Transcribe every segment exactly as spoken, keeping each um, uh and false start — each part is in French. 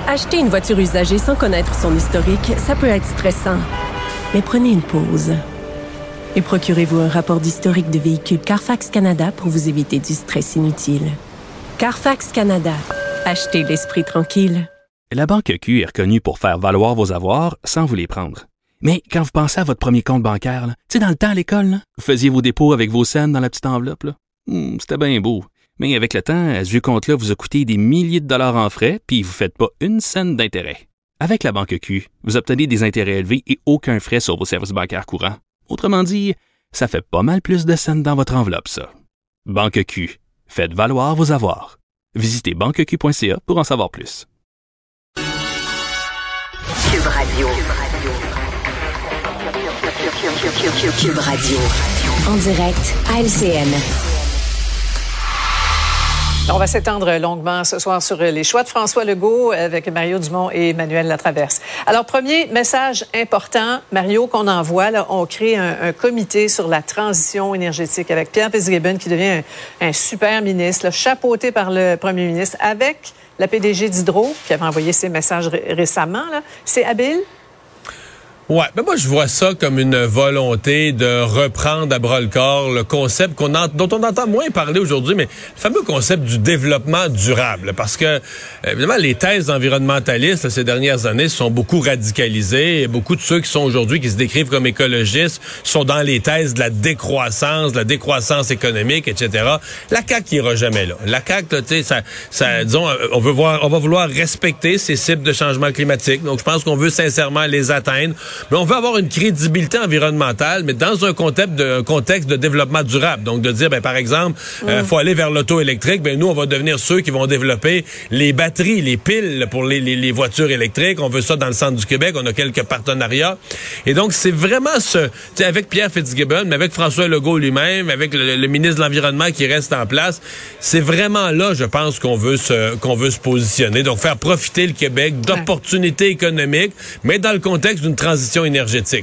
Acheter une voiture usagée sans connaître son historique, ça peut être stressant. Mais prenez une pause. Et procurez-vous un rapport d'historique de véhicule Carfax Canada pour vous éviter du stress inutile. Carfax Canada. Achetez l'esprit tranquille. La Banque Q est reconnue pour faire valoir vos avoirs sans vous les prendre. Mais quand vous pensez à votre premier compte bancaire, tu sais, dans le temps à l'école, là, vous faisiez vos dépôts avec vos scènes dans la petite enveloppe. Là. Hmm, c'était bien beau. Mais avec le temps, ce vieux compte-là vous a coûté des milliers de dollars en frais, puis vous ne faites pas une scène d'intérêt. Avec la Banque Q, vous obtenez des intérêts élevés et aucun frais sur vos services bancaires courants. Autrement dit, ça fait pas mal plus de scènes dans votre enveloppe, ça. Banque Q. Faites valoir vos avoirs. Visitez banque q point c a pour en savoir plus. Cube Radio. Cube Radio. En direct à L C N. On va s'étendre longuement ce soir sur les choix de François Legault avec Mario Dumont et Emmanuel Latraverse. Alors, premier message important, Mario, qu'on envoie, là, on crée un, un comité sur la transition énergétique avec Pierre Fitzgibbon qui devient un, un super ministre, là, chapeauté par le premier ministre, avec la P D G d'Hydro, qui avait envoyé ses messages ré- récemment. Là. C'est habile? Ouais, ben moi je vois ça comme une volonté de reprendre à bras-le-corps le concept qu'on a, dont on entend moins parler aujourd'hui, mais le fameux concept du développement durable. Parce que, évidemment, les thèses environnementalistes là, ces dernières années sont beaucoup radicalisées. Et beaucoup de ceux qui sont aujourd'hui, qui se décrivent comme écologistes, sont dans les thèses de la décroissance, de la décroissance économique, et cetera. La C A Q n'ira jamais là. La C A Q, tu sais, ça, ça, disons, on veut voir, on va vouloir respecter ces cibles de changement climatique. Donc, je pense qu'on veut sincèrement les atteindre. Mais on veut avoir une crédibilité environnementale, mais dans un contexte de, un contexte de développement durable. Donc, de dire, ben, par exemple, il euh, faut aller vers l'auto électrique. Ben, nous, on va devenir ceux qui vont développer les batteries, les piles pour les, les, les voitures électriques. On veut ça dans le centre du Québec. On a quelques partenariats. Et donc, c'est vraiment ce, tu sais, avec Pierre Fitzgibbon, mais avec François Legault lui-même, avec le, le ministre de l'Environnement qui reste en place, c'est vraiment là, je pense, qu'on veut se, qu'on veut se positionner. Donc, faire profiter le Québec d'opportunités économiques, mais dans le contexte d'une transition énergétique.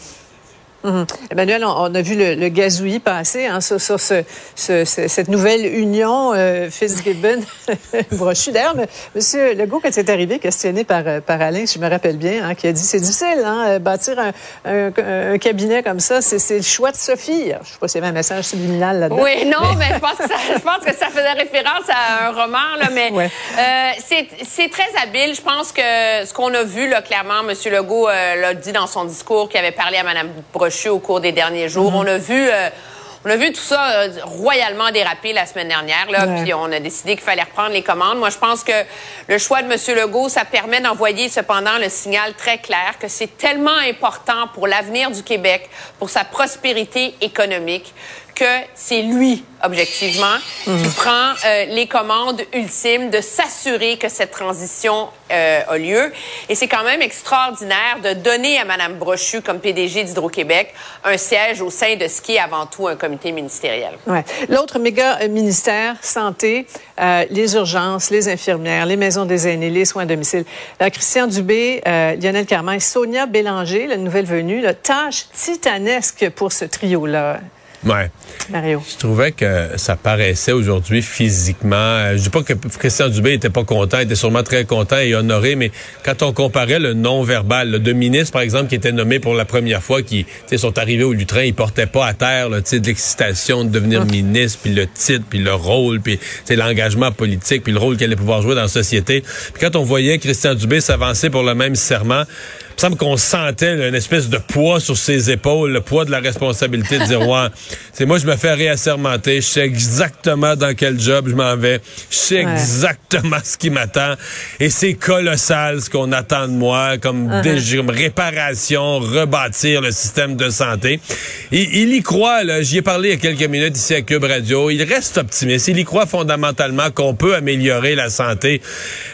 Mmh. Emmanuel, on, on a vu le, le gazouillis passer hein, sur, sur ce, ce, ce, cette nouvelle union euh, Fitzgibbon-Brochu. D'ailleurs, M. Legault, quand c'est arrivé, questionné par, par Alain, si je me rappelle bien, hein, qui a dit c'est difficile, hein, bâtir un, un, un cabinet comme ça, c'est, c'est le choix de Sophie. Alors, je ne sais pas s'il y avait un message subliminal là-dedans. Oui, non, mais je pense que ça, je pense que ça faisait référence à un roman, là, mais ouais. euh, c'est, c'est très habile. Je pense que ce qu'on a vu, là, clairement, M. Legault euh, l'a dit dans son discours, qu'il avait parlé à Mme Brochu au cours des derniers jours. Mm-hmm. On a vu, euh, on a vu tout ça euh, royalement déraper la semaine dernière, là, ouais. Puis on a décidé qu'il fallait reprendre les commandes. Moi, je pense que le choix de M. Legault, ça permet d'envoyer cependant le signal très clair que c'est tellement important pour l'avenir du Québec, pour sa prospérité économique, que c'est lui, objectivement, mmh. qui prend euh, les commandes ultimes de s'assurer que cette transition euh, a lieu. Et c'est quand même extraordinaire de donner à Mme Brochu, comme P D G d'Hydro-Québec, un siège au sein de ce qui est avant tout un comité ministériel. Ouais. L'autre méga ministère, santé, euh, les urgences, les infirmières, les maisons des aînés, les soins à domicile. Euh, Christian Dubé, euh, Lionel Carman et Sonia Bélanger, la nouvelle venue, là, tâche titanesque pour ce trio-là. Ouais. Mario. Je trouvais que ça paraissait aujourd'hui physiquement. Je dis pas que Christian Dubé était pas content, il était sûrement très content et honoré, mais quand on comparait le non-verbal, le deux ministres, par exemple, qui étaient nommés pour la première fois, qui sont arrivés au lutrin, ils portaient pas à terre là, de l'excitation de devenir hum. ministre, puis le titre, puis le rôle, puis l'engagement politique, puis le rôle qu'il allait pouvoir jouer dans la société. Puis quand on voyait Christian Dubé s'avancer pour le même serment, il me semble qu'on sentait là, une espèce de poids sur ses épaules, le poids de la responsabilité de dire ouais, c'est moi je me fais réassermenter, je sais exactement dans quel job je m'en vais, je sais ouais. exactement ce qui m'attend et c'est colossal ce qu'on attend de moi comme, uh-huh. dé- comme réparation, rebâtir le système de santé. Et, il y croit, là, j'y ai parlé il y a quelques minutes ici à Cube Radio, il reste optimiste, il y croit fondamentalement qu'on peut améliorer la santé,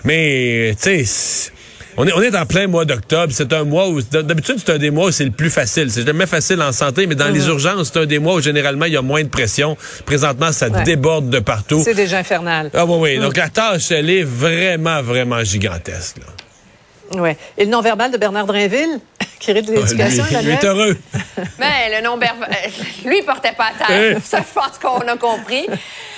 mais tu sais... On est, on est en plein mois d'octobre. C'est un mois où, d'habitude, c'est un des mois où c'est le plus facile. C'est jamais facile en santé, mais dans mmh. les urgences, c'est un des mois où, généralement, il y a moins de pression. Présentement, ça ouais. déborde de partout. C'est déjà infernal. Ah oui, oui. Mmh. Donc, la tâche, elle est vraiment, vraiment gigantesque, là. Oui. Et le non-verbal de Bernard Drinville, qui rit de l'éducation, lui, lui est heureux. Mais le non-verbal, lui, il portait pas à terre. Ça, je pense qu'on a compris.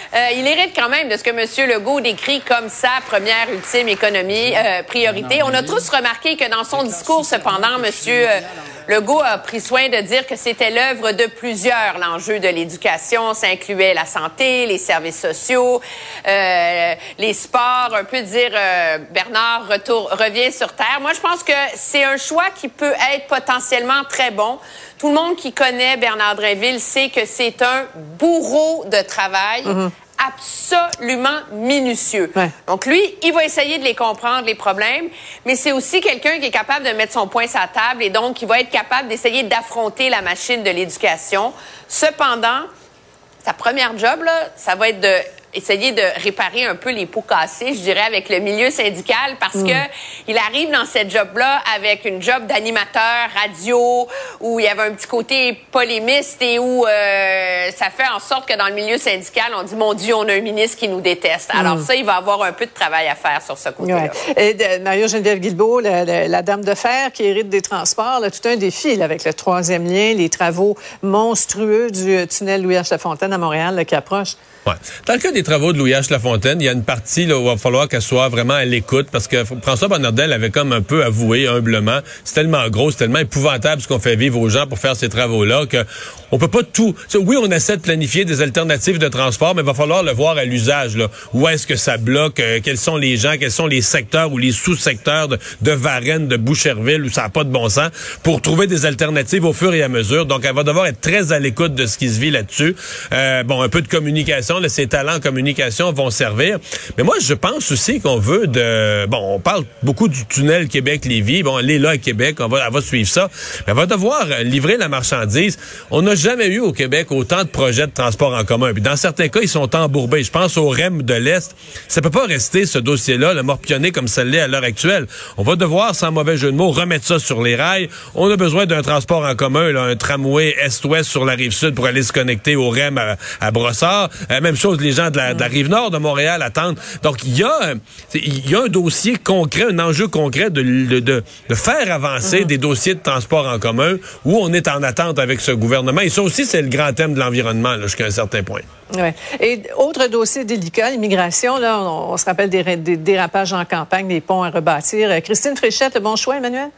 Euh, il hérite quand même de ce que M. Legault décrit comme sa première ultime économie euh, priorité. On a tous remarqué que dans son discours, cependant, M. Euh, Legault a pris soin de dire que c'était l'œuvre de plusieurs, l'enjeu de l'éducation. Ça incluait la santé, les services sociaux, euh, les sports. Un peu dire, euh, Bernard retour, revient sur terre. Moi, je pense que c'est un choix qui peut être potentiellement très bon. Tout le monde qui connaît Bernard Drinville sait que c'est un bourreau de travail. Mm-hmm. Absolument minutieux. Ouais. Donc, lui, il va essayer de les comprendre, les problèmes, mais c'est aussi quelqu'un qui est capable de mettre son poing sur la table et donc qui va être capable d'essayer d'affronter la machine de l'éducation. Cependant, sa première job, là, ça va être de essayer de réparer un peu les pots cassés, je dirais, avec le milieu syndical, parce mmh. que il arrive dans cette job-là avec une job d'animateur radio, où il y avait un petit côté polémiste et où euh, ça fait en sorte que dans le milieu syndical, on dit, mon Dieu, on a un ministre qui nous déteste. Alors mmh. ça, il va avoir un peu de travail à faire sur ce côté-là. Ouais. Et de, Mario-Geneviève Guilbeault, la, la, la dame de fer qui hérite des transports, là, tout un défi là, avec le troisième lien, les travaux monstrueux du tunnel Louis-H. Lafontaine à Montréal là, qui approchent. Ouais. Dans le cas des travaux de Louis-H. Lafontaine, il y a une partie là, où il va falloir qu'elle soit vraiment à l'écoute, parce que François Bonnardel avait comme un peu avoué humblement, c'est tellement gros, c'est tellement épouvantable ce qu'on fait vivre aux gens pour faire ces travaux-là, que on peut pas tout... Oui, on essaie de planifier des alternatives de transport, mais il va falloir le voir à l'usage. Là. Où est-ce que ça bloque? Euh, quels sont les gens? Quels sont les secteurs ou les sous-secteurs de, de Varennes, de Boucherville, où ça n'a pas de bon sens, pour trouver des alternatives au fur et à mesure. Donc, elle va devoir être très à l'écoute de ce qui se vit là-dessus. Euh, bon, un peu de communication, là, ses talents en communication vont servir. Mais moi, je pense aussi qu'on veut de... Bon, on parle beaucoup du tunnel Québec-Lévis. Bon, elle est là à Québec, on va, elle va suivre ça. Mais elle va devoir livrer la marchandise. On n'a jamais eu au Québec autant de projets de transport en commun. Puis dans certains cas, ils sont embourbés. Je pense au R E M de l'Est. Ça peut pas rester, ce dossier-là, le morpionné comme ça l'est à l'heure actuelle. On va devoir, sans mauvais jeu de mots, remettre ça sur les rails. On a besoin d'un transport en commun, là, un tramway est-ouest sur la Rive-Sud pour aller se connecter au R E M à, à Brossard. Euh, même chose, les gens de la, de la Rive-Nord de Montréal attendent. Donc, il y a, il y a un dossier concret, un enjeu concret de, de, de, de faire avancer mm-hmm. des dossiers de transport en commun où on est en attente avec ce gouvernement. Et ça aussi, c'est le grand thème de l'environnement, là, jusqu'à un certain point. Ouais. Et autre dossier délicat, l'immigration, là, on, on se rappelle des, des dérapages en campagne, des ponts à rebâtir. Christine Fréchette, bon choix, Emmanuel?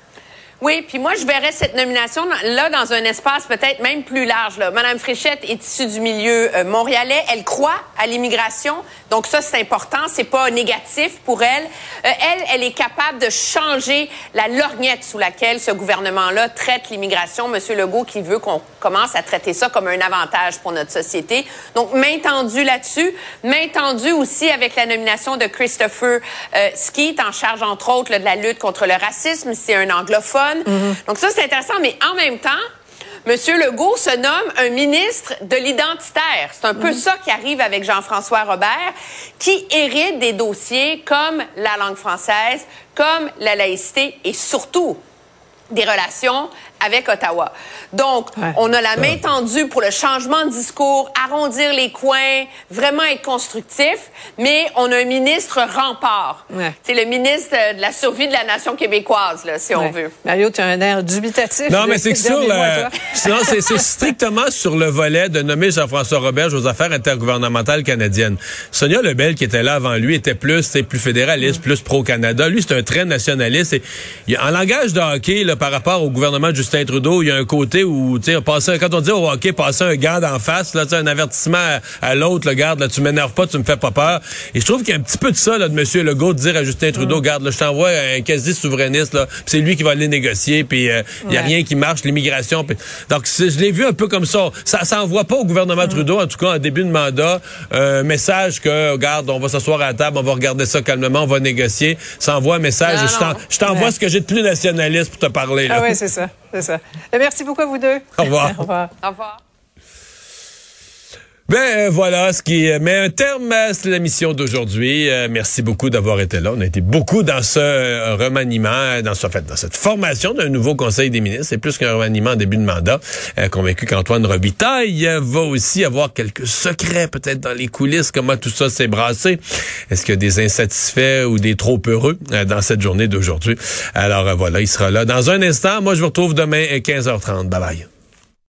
Oui, puis moi, je verrais cette nomination-là dans un espace peut-être même plus large. Là. Madame Fréchette est issue du milieu euh, montréalais. Elle croit à l'immigration. Donc ça, c'est important. C'est pas négatif pour elle. Euh, elle, elle est capable de changer la lorgnette sous laquelle ce gouvernement-là traite l'immigration. Monsieur Legault qui veut qu'on commence à traiter ça comme un avantage pour notre société. Donc, main tendue là-dessus. Main tendue aussi avec la nomination de Christopher euh, Skeet, en charge, entre autres, là, de la lutte contre le racisme. C'est un anglophone. Mm-hmm. Donc ça, c'est intéressant, mais en même temps, M. Legault se nomme un ministre de l'identitaire. C'est un mm-hmm. peu ça qui arrive avec Jean-François Robert, qui hérite des dossiers comme la langue française, comme la laïcité et surtout des relations avec Ottawa. Donc, ouais. on a la main tendue pour le changement de discours, arrondir les coins, vraiment être constructif, mais on a un ministre rempart. Ouais. C'est le ministre de la survie de la nation québécoise, là, si ouais. on veut. Mario, tu as un air dubitatif. Non, mais c'est que sur le... Sinon, c'est, c'est strictement sur le volet de nommer Jean-François Roberge aux affaires intergouvernementales canadiennes. Sonia Lebel, qui était là avant lui, était plus, c'est plus fédéraliste, mm. plus pro-Canada. Lui, c'est un très nationaliste. Et, en langage de hockey, là, par rapport au gouvernement de Justin Trudeau, il y a un côté où, tu sais, quand on dit au hockey, passer un garde en face, là, tu sais, un avertissement à, à l'autre, le garde, là, tu m'énerves pas, tu me fais pas peur. Et je trouve qu'il y a un petit peu de ça, là, de M. Legault, de dire à Justin Trudeau, mm. garde, là, je t'envoie un quasi-souverainiste, là, pis c'est lui qui va aller négocier, puis il euh, ouais. y a rien qui marche, l'immigration. Pis... Donc, je l'ai vu un peu comme ça. Ça, ça envoie pas au gouvernement mm. Trudeau, en tout cas, en début de mandat, un euh, message que, regarde, on va s'asseoir à la table, on va regarder ça calmement, on va négocier. Ça envoie un message, non, je, t'en, je t'envoie ouais. ce que j'ai de plus nationaliste pour te parler, là. Ah oui, c'est ça. C'est ça. Merci beaucoup à vous deux. Au revoir. Au revoir. Au revoir. Ben euh, voilà ce qui met un terme à la mission d'aujourd'hui. Euh, merci beaucoup d'avoir été là. On a été beaucoup dans ce euh, remaniement, dans ce fait, dans cette formation d'un nouveau Conseil des ministres. C'est plus qu'un remaniement en début de mandat. Euh, convaincu qu'Antoine Robitaille va aussi avoir quelques secrets peut-être dans les coulisses, comment tout ça s'est brassé. Est-ce qu'il y a des insatisfaits ou des trop heureux euh, dans cette journée d'aujourd'hui? Alors euh, voilà, il sera là dans un instant. Moi, je vous retrouve demain à quinze heures trente. Bye bye.